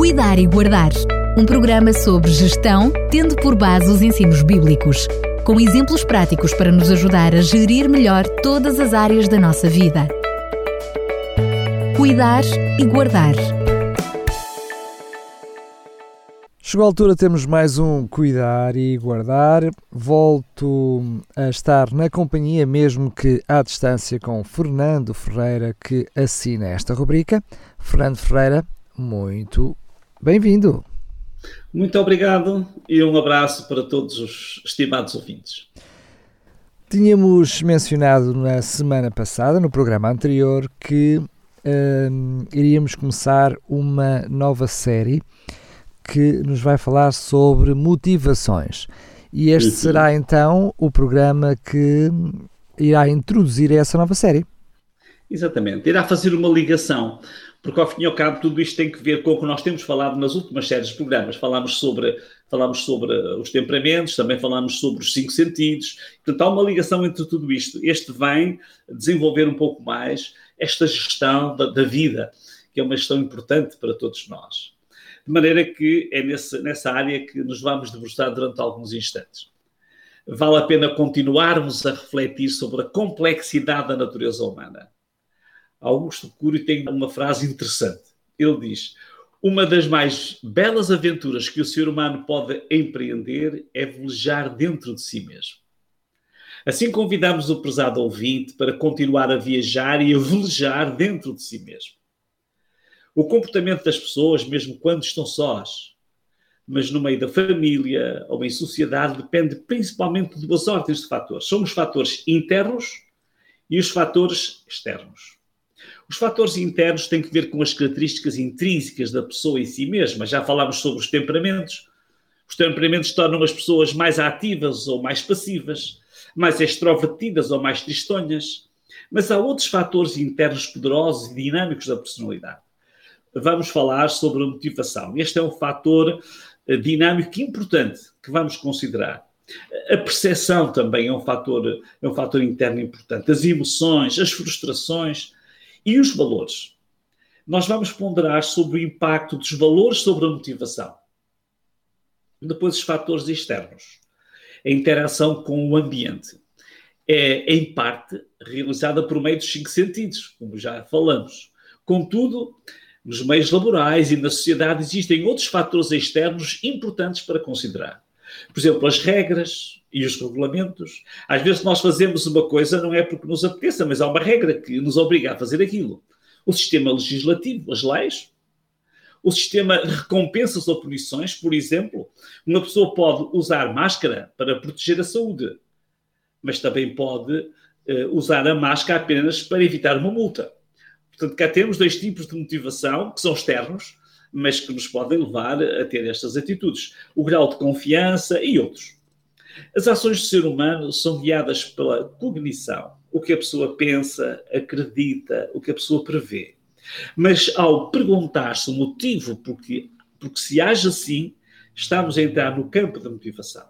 Cuidar e Guardar, um programa sobre gestão, tendo por base os ensinos bíblicos, com exemplos práticos para nos ajudar a gerir melhor todas as áreas da nossa vida. Cuidar e Guardar. Chegou a altura, temos mais um Cuidar e Guardar. Volto a estar na companhia, mesmo que à distância, com Fernando Ferreira, que assina esta rubrica. Fernando Ferreira, muito bem-vindo. Muito obrigado e um abraço para todos os estimados ouvintes. Tínhamos mencionado na semana passada, no programa anterior, que iríamos começar uma nova série que nos vai falar sobre motivações. E este será então o programa que irá introduzir essa nova série. Exatamente, irá fazer uma ligação, porque ao fim e ao cabo tudo isto tem que ver com o que nós temos falado nas últimas séries de programas. Falámos sobre os temperamentos, também falámos sobre os 5 sentidos. Portanto, há uma ligação entre tudo isto. Este vem desenvolver um pouco mais esta gestão da vida, que é uma gestão importante para todos nós. De maneira que é nessa área que nos vamos debruçar durante alguns instantes. Vale a pena continuarmos a refletir sobre a complexidade da natureza humana. Augusto Cury tem uma frase interessante. Ele diz: uma das mais belas aventuras que o ser humano pode empreender é velejar dentro de si mesmo. Assim convidamos o prezado ouvinte para continuar a viajar e a velejar dentro de si mesmo. O comportamento das pessoas, mesmo quando estão sós, mas no meio da família ou em sociedade, depende principalmente de duas ordens de fatores. São os fatores internos e os fatores externos. Os fatores internos têm que ver com as características intrínsecas da pessoa em si mesma. Já falámos sobre os temperamentos. Os temperamentos tornam as pessoas mais ativas ou mais passivas, mais extrovertidas ou mais tristonhas. Mas há outros fatores internos poderosos e dinâmicos da personalidade. Vamos falar sobre a motivação. Este é um fator dinâmico importante que vamos considerar. A percepção também é um fator interno importante. As emoções, as frustrações e os valores. Nós vamos ponderar sobre o impacto dos valores sobre a motivação. Depois, os fatores externos. A interação com o ambiente. É, em parte, realizada por meio dos 5 sentidos, como já falamos. Contudo, nos meios laborais e na sociedade existem outros fatores externos importantes para considerar. Por exemplo, as regras e os regulamentos. Às vezes nós fazemos uma coisa não é porque nos apeteça, mas há uma regra que nos obriga a fazer aquilo. O sistema legislativo, as leis. O sistema de recompensas ou punições, por exemplo. Uma pessoa pode usar máscara para proteger a saúde, mas também pode usar a máscara apenas para evitar uma multa. Portanto, cá temos 2 tipos de motivação, que são externos, mas que nos podem levar a ter estas atitudes. O grau de confiança e outros. As ações do ser humano são guiadas pela cognição. O que a pessoa pensa, acredita, o que a pessoa prevê. Mas ao perguntar-se o motivo porque se age assim, estamos a entrar no campo da motivação.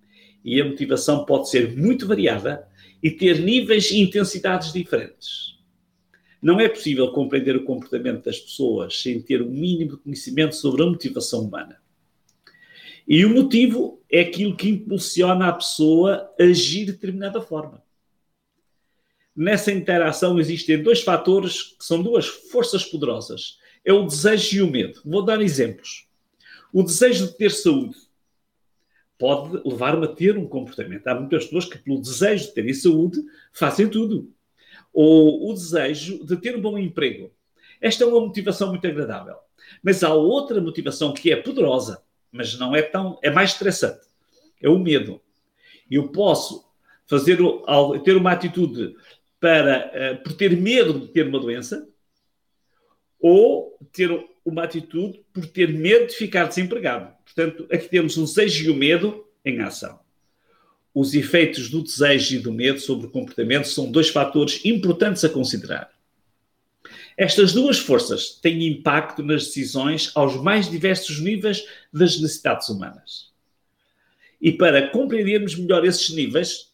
E a motivação pode ser muito variada e ter níveis e intensidades diferentes. Não é possível compreender o comportamento das pessoas sem ter o mínimo de conhecimento sobre a motivação humana. E o motivo é aquilo que impulsiona a pessoa a agir de determinada forma. Nessa interação existem 2 fatores que são 2 forças poderosas. É o desejo e o medo. Vou dar exemplos. O desejo de ter saúde pode levar-me a ter um comportamento. Há muitas pessoas que, pelo desejo de terem saúde, fazem tudo. Ou o desejo de ter um bom emprego. Esta é uma motivação muito agradável. Mas há outra motivação que é poderosa, mas não é é mais estressante. É o medo. Eu posso ter uma atitude por ter medo de ter uma doença, ou ter uma atitude por ter medo de ficar desempregado. Portanto, aqui temos o desejo e o medo em ação. Os efeitos do desejo e do medo sobre o comportamento são 2 fatores importantes a considerar. Estas 2 forças têm impacto nas decisões aos mais diversos níveis das necessidades humanas. E para compreendermos melhor esses níveis,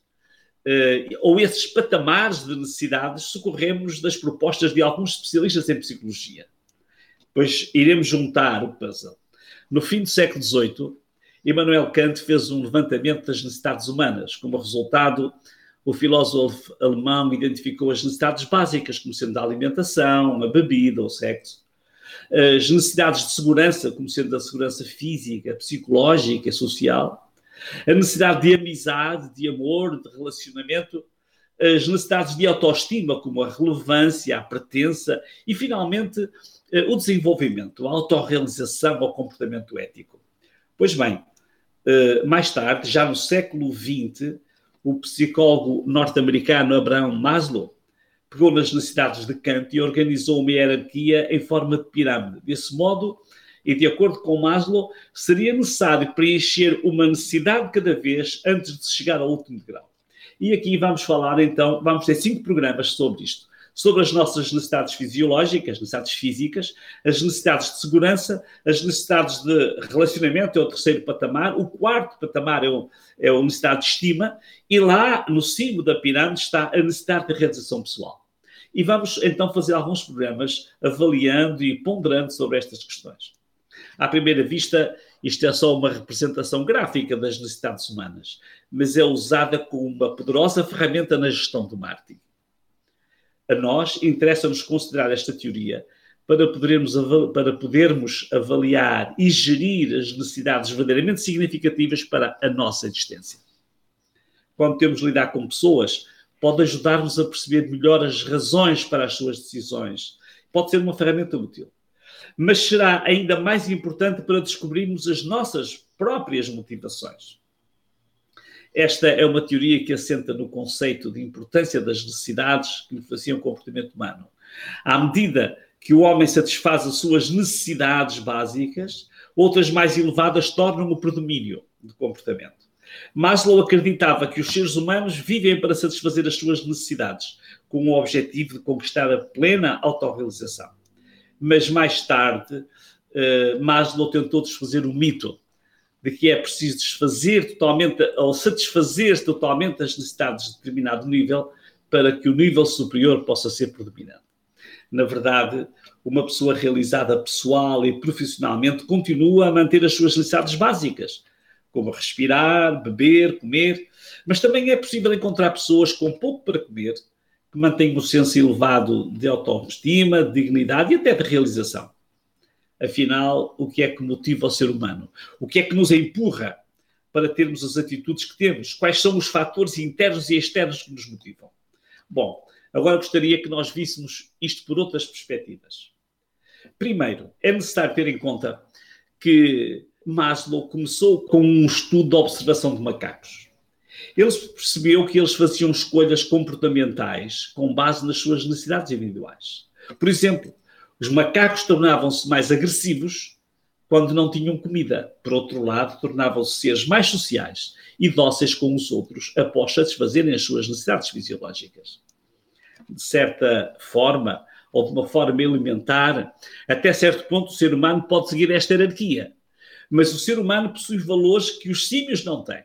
ou esses patamares de necessidades, socorremos das propostas de alguns especialistas em psicologia. pois iremos juntar o puzzle. No fim do século XVIII, Immanuel Kant fez um levantamento das necessidades humanas. Como resultado, o filósofo alemão identificou as necessidades básicas, como sendo a alimentação, a bebida, o sexo. As necessidades de segurança, como sendo a segurança física, psicológica e social. A necessidade de amizade, de amor, de relacionamento. As necessidades de autoestima, como a relevância, a pertença. E, finalmente, o desenvolvimento, a autorrealização ou comportamento ético. Pois bem, mais tarde, já no século XX, o psicólogo norte-americano Abraham Maslow pegou nas necessidades de Kant e organizou uma hierarquia em forma de pirâmide. Desse modo, e de acordo com Maslow, seria necessário preencher uma necessidade de cada vez antes de chegar ao último degrau. E aqui vamos falar, então, vamos ter 5 programas sobre isto. Sobre as nossas necessidades fisiológicas, necessidades físicas, as necessidades de segurança, as necessidades de relacionamento, é o terceiro patamar, o quarto patamar é a necessidade de estima, e lá no cimo da pirâmide está a necessidade de realização pessoal. E vamos então fazer alguns programas avaliando e ponderando sobre estas questões. À primeira vista, isto é só uma representação gráfica das necessidades humanas, mas é usada como uma poderosa ferramenta na gestão do marketing. A nós interessa-nos considerar esta teoria para podermos avaliar e gerir as necessidades verdadeiramente significativas para a nossa existência. Quando temos de lidar com pessoas, pode ajudar-nos a perceber melhor as razões para as suas decisões. Pode ser uma ferramenta útil. Mas será ainda mais importante para descobrirmos as nossas próprias motivações. Esta é uma teoria que assenta no conceito de importância das necessidades que influenciam o comportamento humano. À medida que o homem satisfaz as suas necessidades básicas, outras mais elevadas tornam o predomínio do comportamento. Maslow acreditava que os seres humanos vivem para satisfazer as suas necessidades, com o objetivo de conquistar a plena autorrealização. Mas mais tarde, Maslow tentou desfazer o mito de que é preciso desfazer totalmente ou satisfazer totalmente as necessidades de determinado nível para que o nível superior possa ser predominante. Na verdade, uma pessoa realizada pessoal e profissionalmente continua a manter as suas necessidades básicas, como respirar, beber, comer, mas também é possível encontrar pessoas com pouco para comer que mantêm um senso elevado de autoestima, de dignidade e até de realização. Afinal, o que é que motiva o ser humano? O que é que nos empurra para termos as atitudes que temos? Quais são os fatores internos e externos que nos motivam? Bom, agora gostaria que nós víssemos isto por outras perspectivas. Primeiro, é necessário ter em conta que Maslow começou com um estudo de observação de macacos. Ele percebeu que eles faziam escolhas comportamentais com base nas suas necessidades individuais. Por exemplo, os macacos tornavam-se mais agressivos quando não tinham comida. Por outro lado, tornavam-se seres mais sociais e dóceis com os outros após satisfazerem as suas necessidades fisiológicas. De certa forma, ou de uma forma elementar, até certo ponto o ser humano pode seguir esta hierarquia. Mas o ser humano possui valores que os símios não têm.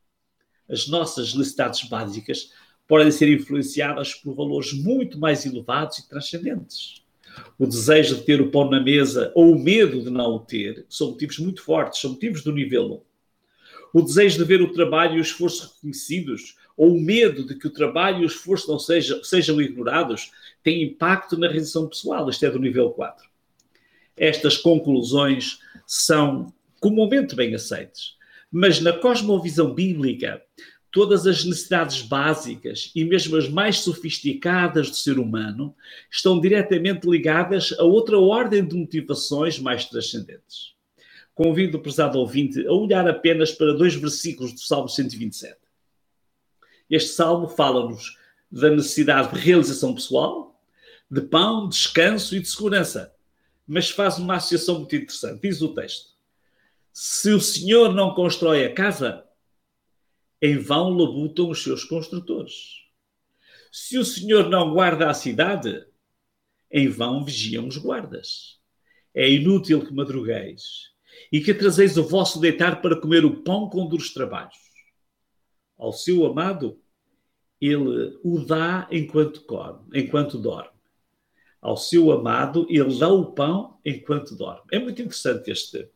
As nossas necessidades básicas podem ser influenciadas por valores muito mais elevados e transcendentes. O desejo de ter o pão na mesa ou o medo de não o ter são motivos muito fortes, são motivos do nível 1. O desejo de ver o trabalho e o esforço reconhecidos ou o medo de que o trabalho e o esforço não sejam ignorados tem impacto na realização pessoal. Isto é do nível 4. Estas conclusões são comumente bem aceitas, mas na cosmovisão bíblica, todas as necessidades básicas e mesmo as mais sofisticadas do ser humano estão diretamente ligadas a outra ordem de motivações mais transcendentes. Convido o prezado ouvinte a olhar apenas para 2 versículos do Salmo 127. Este salmo fala-nos da necessidade de realização pessoal, de pão, descanso e de segurança, mas faz uma associação muito interessante. Diz o texto: se o Senhor não constrói a casa, em vão labutam os seus construtores. Se o Senhor não guarda a cidade, em vão vigiam os guardas. É inútil que madrugueis e que trazeis o vosso deitar para comer o pão com duros trabalhos. Ao seu amado, ele o dá enquanto dorme. ao seu amado, ele dá o pão enquanto dorme. É muito interessante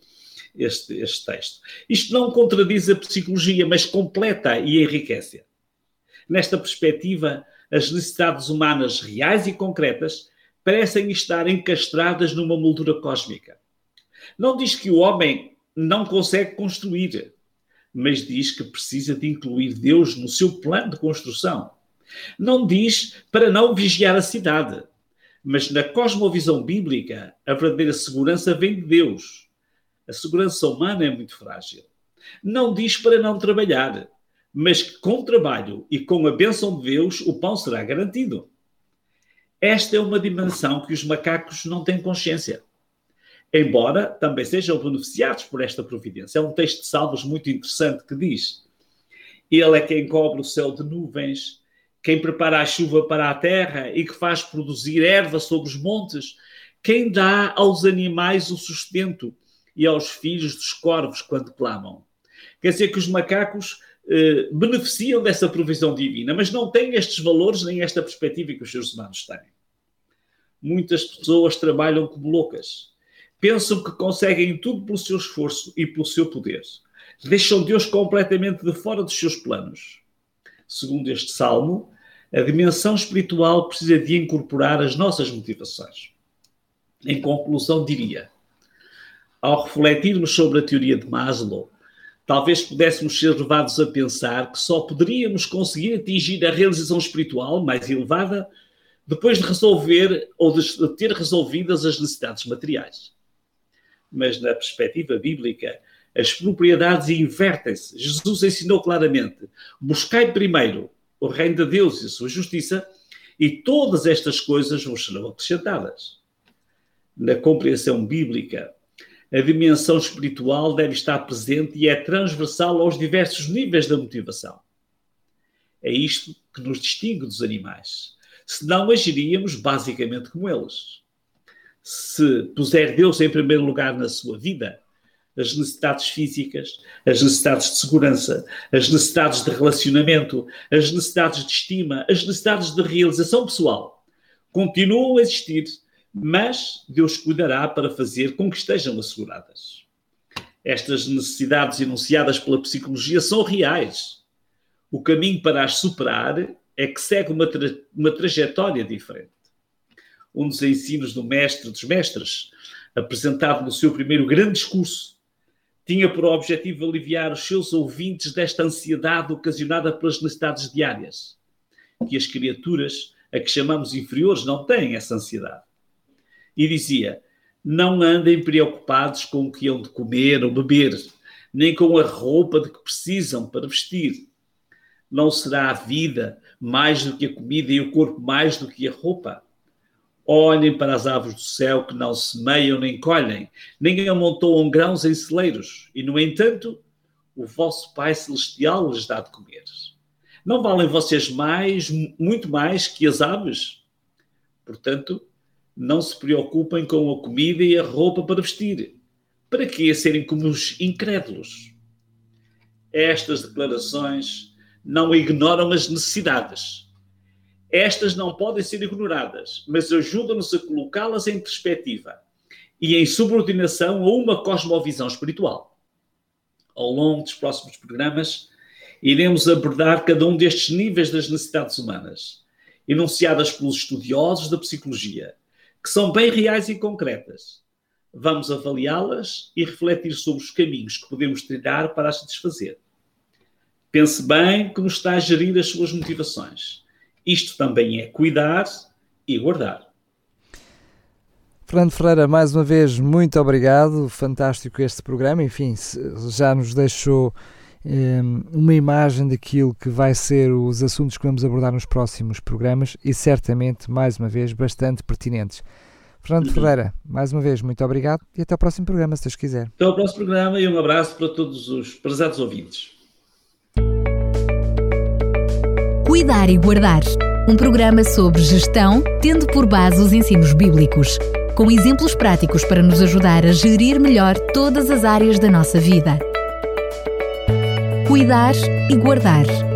este texto. Isto não contradiz a psicologia, mas completa e enriquece. Nesta perspectiva, as necessidades humanas reais e concretas parecem estar encastradas numa moldura cósmica. Não diz que o homem não consegue construir, mas diz que precisa de incluir Deus no seu plano de construção. Não diz para não vigiar a cidade, mas na cosmovisão bíblica, a verdadeira segurança vem de Deus. A segurança humana é muito frágil. Não diz para não trabalhar, mas que com trabalho e com a bênção de Deus o pão será garantido. Esta é uma dimensão que os macacos não têm consciência, embora também sejam beneficiados por esta providência. É um texto de Salmos muito interessante que diz: Ele é quem cobre o céu de nuvens, quem prepara a chuva para a terra e que faz produzir erva sobre os montes, quem dá aos animais o sustento e aos filhos dos corvos quando clamam. Quer dizer que os macacos beneficiam dessa provisão divina, mas não têm estes valores nem esta perspectiva que os seres humanos têm. Muitas pessoas trabalham como loucas. Pensam que conseguem tudo pelo seu esforço e pelo seu poder. Deixam Deus completamente de fora dos seus planos. Segundo este salmo, a dimensão espiritual precisa de incorporar as nossas motivações. Em conclusão, diria, ao refletirmos sobre a teoria de Maslow, talvez pudéssemos ser levados a pensar que só poderíamos conseguir atingir a realização espiritual mais elevada depois de resolver ou de ter resolvidas as necessidades materiais. Mas na perspectiva bíblica, as propriedades invertem-se. Jesus ensinou claramente: buscai primeiro o reino de Deus e a sua justiça, e todas estas coisas vos serão acrescentadas. Na compreensão bíblica, a dimensão espiritual deve estar presente e é transversal aos diversos níveis da motivação. É isto que nos distingue dos animais. Senão agiríamos basicamente como eles. Se puser Deus em primeiro lugar na sua vida, as necessidades físicas, as necessidades de segurança, as necessidades de relacionamento, as necessidades de estima, as necessidades de realização pessoal continuam a existir, mas Deus cuidará para fazer com que estejam asseguradas. Estas necessidades enunciadas pela psicologia são reais. O caminho para as superar é que segue uma trajetória diferente. Um dos ensinos do mestre dos mestres, apresentado no seu primeiro grande discurso, tinha por objetivo aliviar os seus ouvintes desta ansiedade ocasionada pelas necessidades diárias, que as criaturas a que chamamos inferiores não têm essa ansiedade. E dizia: não andem preocupados com o que hão de comer ou beber, nem com a roupa de que precisam para vestir. Não será a vida mais do que a comida e o corpo mais do que a roupa? Olhem para as aves do céu que não semeiam nem colhem, nem amontoam grãos em celeiros, e, no entanto, o vosso Pai Celestial lhes dá de comer. Não valem vocês muito mais que as aves? Portanto, não se preocupem com a comida e a roupa para vestir. Para que serem como os incrédulos? Estas declarações não ignoram as necessidades. Estas não podem ser ignoradas, mas ajudam-nos a colocá-las em perspectiva e em subordinação a uma cosmovisão espiritual. Ao longo dos próximos programas, iremos abordar cada um destes níveis das necessidades humanas, enunciadas pelos estudiosos da psicologia, que são bem reais e concretas. Vamos avaliá-las e refletir sobre os caminhos que podemos trilhar para as satisfazer. Pense bem como está a gerir as suas motivações. Isto também é cuidar e guardar. Fernando Ferreira, mais uma vez, muito obrigado. Fantástico este programa. Enfim, já nos deixou uma imagem daquilo que vai ser os assuntos que vamos abordar nos próximos programas e certamente, mais uma vez, bastante pertinentes. Fernando Ferreira, mais uma vez, muito obrigado e até ao próximo programa, se Deus quiser. Até ao próximo programa e um abraço para todos os prezados ouvintes. Cuidar e Guardar, um programa sobre gestão, tendo por base os ensinos bíblicos, com exemplos práticos para nos ajudar a gerir melhor todas as áreas da nossa vida. Cuidar e Guardar.